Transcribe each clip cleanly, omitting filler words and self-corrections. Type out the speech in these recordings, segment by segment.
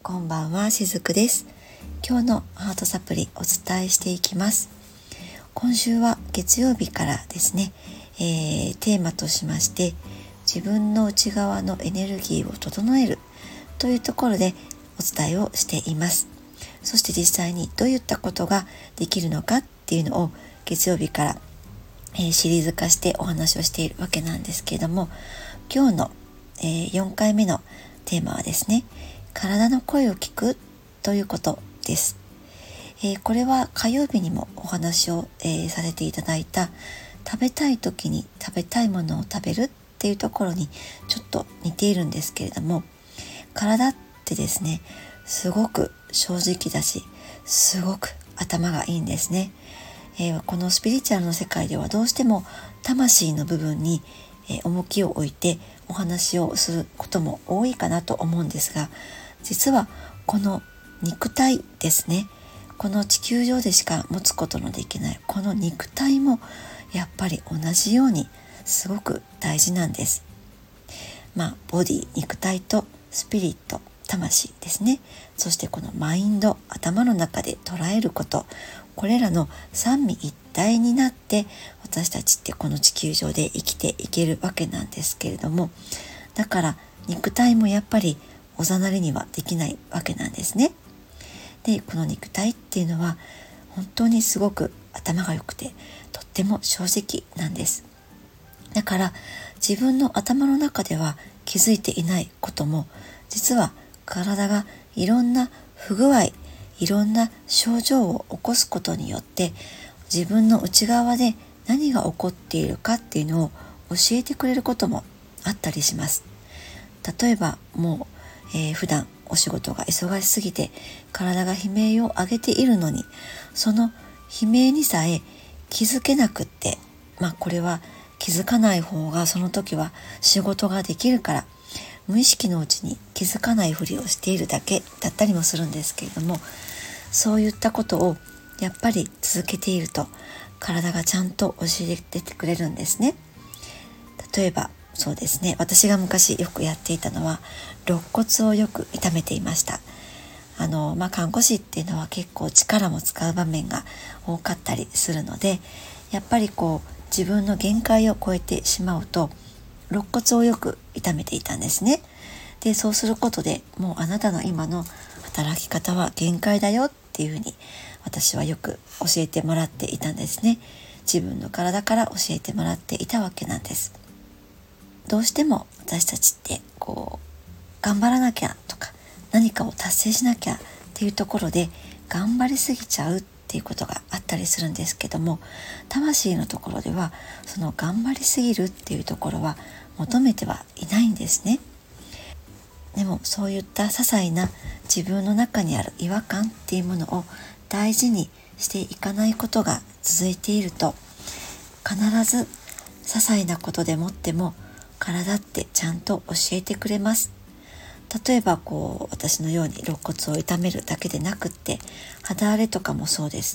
こんばんは、しずくです。今日のハートサプリお伝えしていきます。今週は月曜日からですね、テーマとしまして自分の内側のエネルギーを整えるというところでお伝えをしています。そして実際にどういったことができるのかっていうのを月曜日から、シリーズ化してお話をしているわけなんですけれども、今日の、4回目のテーマはですね、体の声を聞くということです。これは火曜日にもお話を、させていただいた食べたい時に食べたいものを食べるっていうところにちょっと似ているんですけれども、体ってですね、すごく正直だし、すごく頭がいいんですね。このスピリチュアルの世界ではどうしても魂の部分に、重きを置いてお話をすることも多いかなと思うんですが、実はこの肉体ですね、この地球上でしか持つことのできないこの肉体もやっぱり同じようにすごく大事なんです。ボディ、肉体とスピリット、魂ですね。そしてこのマインド、頭の中で捉えること、これらの三位一体になって私たちってこの地球上で生きていけるわけなんですけれども、だから肉体もやっぱりおざなりにはできないわけなんですね。で、この肉体っていうのは本当にすごく頭が良くてとっても正直なんです。だから自分の頭の中では気づいていないことも、実は体がいろんな不具合、いろんな症状を起こすことによって自分の内側で何が起こっているかっていうのを教えてくれることもあったりします。例えば普段お仕事が忙しすぎて体が悲鳴を上げているのに、その悲鳴にさえ気づけなくって、これは気づかない方がその時は仕事ができるから、無意識のうちに気づかないふりをしているだけだったりもするんですけれども、そういったことをやっぱり続けていると体がちゃんと教えててくれるんですね。例えばそうですね、私が昔よくやっていたのは肋骨をよく痛めていました。看護師っていうのは結構力も使う場面が多かったりするので、やっぱり自分の限界を超えてしまうと肋骨をよく痛めていたんですね。で、そうすることでもうあなたの今の働き方は限界だよっていうふうに私はよく教えてもらっていたんですね。自分の体から教えてもらっていたわけなんです。どうしても私たちって頑張らなきゃとか何かを達成しなきゃっていうところで頑張りすぎちゃうっていうことがあったりするんですけども、魂のところではその頑張りすぎるっていうところは求めてはいないんですね。でもそういった些細な自分の中にある違和感っていうものを大事にしていかないことが続いていると、必ず些細なことでもっても体ってちゃんと教えてくれます。例えば私のように肋骨を痛めるだけでなくって、肌荒れとかもそうです。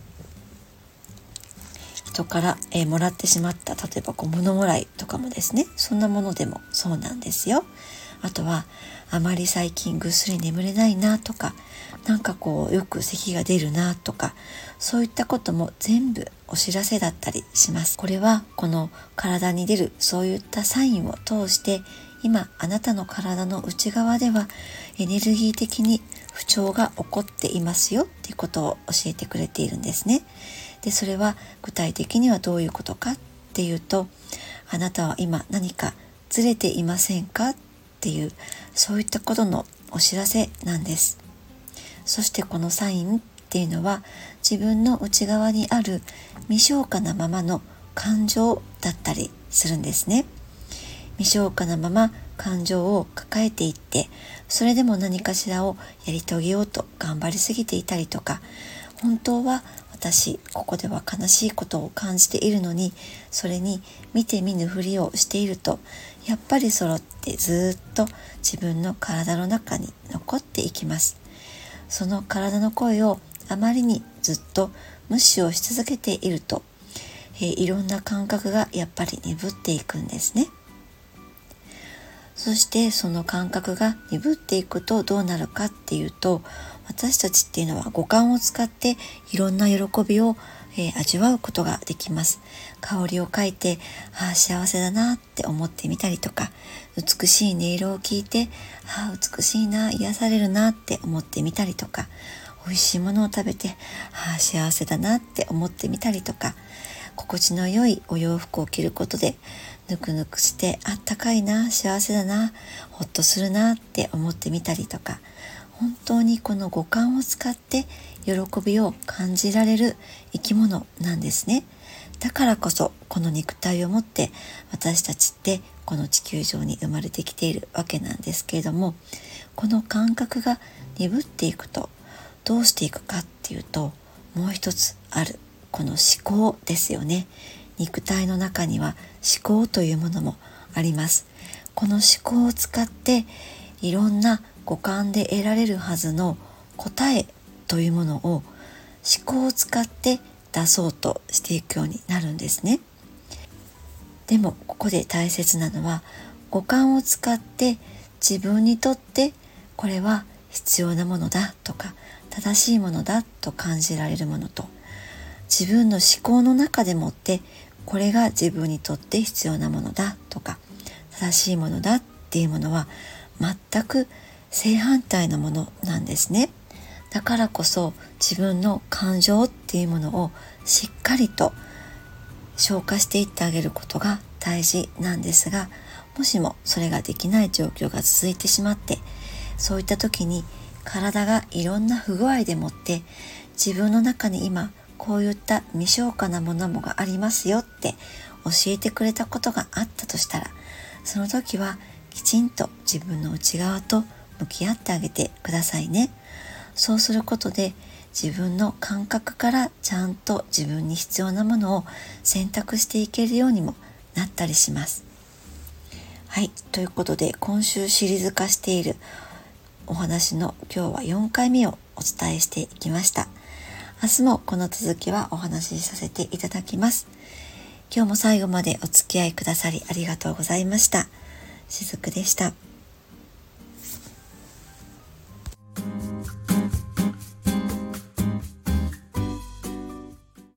人から、もらってしまった例えば物もらいとかもですね、そんなものでもそうなんですよ。あとはあまり最近ぐっすり眠れないなとか、よく咳が出るなとか、そういったことも全部お知らせだったりします。これはこの体に出るそういったサインを通して、今あなたの体の内側ではエネルギー的に不調が起こっていますよっていうことを教えてくれているんですね。で、それは具体的にはどういうことかっていうと、あなたは今何かずれていませんかっていう、そういったことのお知らせなんです。そしてこのサインっていうのは自分の内側にある未消化なままの感情だったりするんですね。未消化なまま感情を抱えていって、それでも何かしらをやり遂げようと頑張りすぎていたりとか、本当は私ここでは悲しいことを感じているのに、それに見て見ぬふりをしていると、やっぱり揃ってずっと自分の体の中に残っていきます。その体の声をあまりにずっと無視をし続けていると、いろんな感覚がやっぱり鈍っていくんですね。 そしてその感覚が鈍っていくとどうなるかっていうと、私たちっていうのは五感を使っていろんな喜びを、味わうことができます。香りを嗅いで、幸せだなって思ってみたりとか、美しい音色を聞いて、美しいな、癒されるなって思ってみたりとか、美味しいものを食べて、幸せだなって思ってみたりとか、心地の良いお洋服を着ることでぬくぬくしてあったかいな、幸せだな、ほっとするなって思ってみたりとか、本当にこの五感を使って喜びを感じられる生き物なんですね。だからこそこの肉体を持って私たちってこの地球上に生まれてきているわけなんですけれども、この感覚が鈍っていくとどうしていくかっていうと、もう一つあるこの思考ですよね。肉体の中には思考というものもあります。この思考を使っていろんな五感で得られるはずの答えというものを思考を使って出そうとしていくようになるんですね。でもここで大切なのは、五感を使って自分にとってこれは必要なものだとか正しいものだと感じられるものと、自分の思考の中でもってこれが自分にとって必要なものだとか正しいものだっていうものは全く正反対のものなんですね。だからこそ自分の感情っていうものをしっかりと消化していってあげることが大事なんですが、もしもそれができない状況が続いてしまって、そういった時に体がいろんな不具合でもって自分の中に今こういった未消化なものもがありますよって教えてくれたことがあったとしたら、その時はきちんと自分の内側と向き合ってあげてくださいね。そうすることで自分の感覚からちゃんと自分に必要なものを選択していけるようにもなったりします。はい、ということで今週シリーズ化しているお話の今日は4回目をお伝えしていきました。明日もこの続きはお話しさせていただきます。今日も最後までお付き合いくださりありがとうございました。しずくでした。